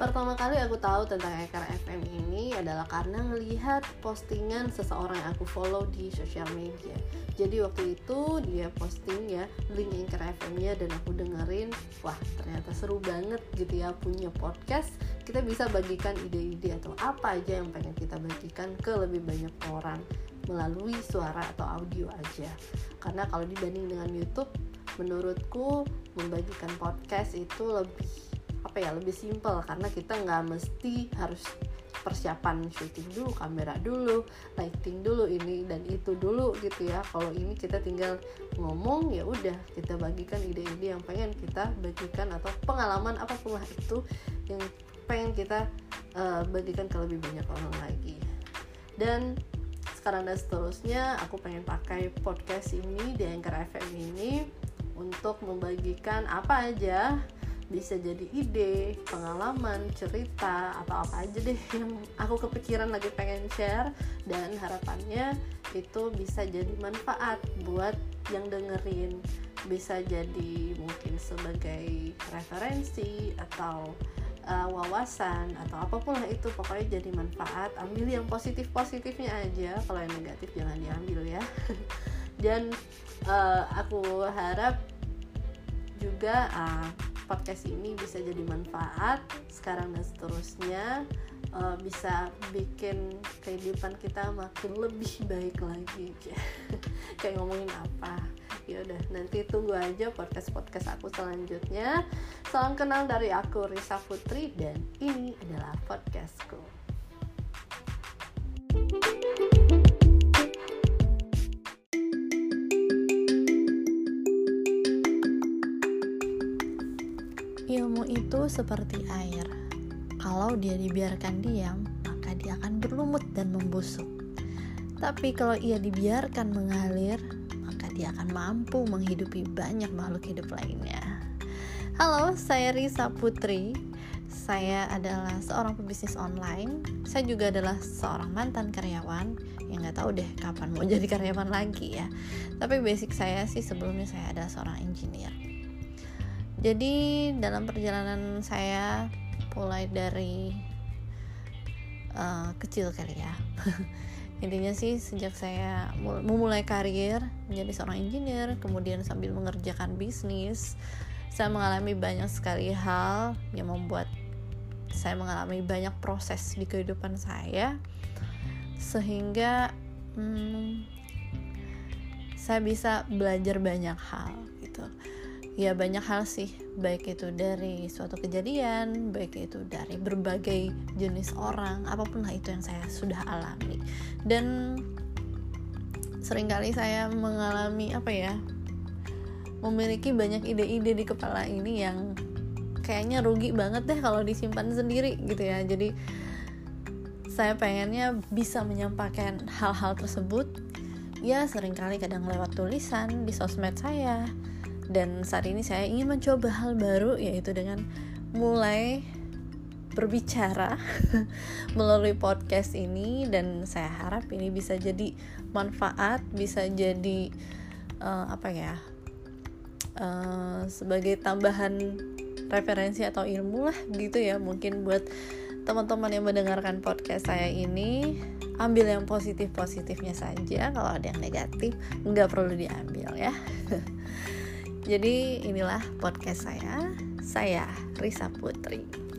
Pertama kali aku tahu tentang Anchor FM ini adalah karena melihat postingan seseorang yang aku follow di sosial media. Jadi waktu itu dia posting ya link Anchor FM-nya dan aku dengerin, wah ternyata seru banget gitu ya punya podcast. Kita bisa bagikan ide-ide atau apa aja yang pengen kita bagikan ke lebih banyak orang melalui suara atau audio aja. Karena kalau dibanding dengan YouTube, menurutku membagikan podcast itu lebih simpel karena kita nggak mesti harus persiapan syuting dulu, kamera dulu, lighting dulu, ini dan itu dulu gitu ya. Kalau ini kita tinggal ngomong, ya udah kita bagikan ide-ide yang pengen kita bagikan atau pengalaman apapun lah itu yang pengen kita bagikan ke lebih banyak orang lagi. Dan sekarang dan seterusnya aku pengen pakai podcast ini di Anchor FM ini untuk membagikan apa aja, bisa jadi ide, pengalaman, cerita, atau apa aja deh yang aku kepikiran lagi pengen share. Dan harapannya itu bisa jadi manfaat buat yang dengerin, bisa jadi mungkin sebagai referensi atau wawasan atau apapun lah itu, pokoknya jadi manfaat. Ambil yang positif-positifnya aja, kalau yang negatif jangan diambil ya. Dan aku harap juga podcast ini bisa jadi manfaat sekarang dan seterusnya, bisa bikin kehidupan kita makin lebih baik lagi. Kayak ngomongin apa, ya udah nanti tunggu aja podcast aku selanjutnya. Salam kenal dari aku, Risa Putri, dan ini adalah podcastku. Ilmu itu seperti air. Kalau dia dibiarkan diam, maka dia akan berlumut dan membusuk. Tapi kalau ia dibiarkan mengalir, maka dia akan mampu menghidupi banyak makhluk hidup lainnya. Halo, saya Risa Putri. Saya adalah seorang pebisnis online. Saya juga adalah seorang mantan karyawan yang gak tahu deh kapan mau jadi karyawan lagi ya. Tapi basic saya sih sebelumnya saya adalah seorang engineer. Jadi dalam perjalanan saya mulai dari kecil kali ya. Intinya sih sejak saya memulai karir menjadi seorang engineer, kemudian sambil mengerjakan bisnis, saya mengalami banyak sekali hal yang membuat saya mengalami banyak proses di kehidupan saya, sehingga saya bisa belajar banyak hal gitu. Ya banyak hal sih, baik itu dari suatu kejadian, baik itu dari berbagai jenis orang, apapun lah itu yang saya sudah alami. Dan seringkali saya mengalami memiliki banyak ide-ide di kepala ini yang kayaknya rugi banget deh kalau disimpan sendiri gitu ya. Jadi saya pengennya bisa menyampaikan hal-hal tersebut ya seringkali kadang lewat tulisan di sosmed saya. Dan saat ini saya ingin mencoba hal baru, yaitu dengan mulai berbicara melalui podcast ini. Dan saya harap ini bisa jadi manfaat, bisa jadi sebagai tambahan referensi atau ilmu lah gitu ya. Mungkin buat teman-teman yang mendengarkan podcast saya ini, ambil yang positif-positifnya saja. Kalau ada yang negatif nggak perlu diambil ya. Jadi inilah podcast saya Risa Putri.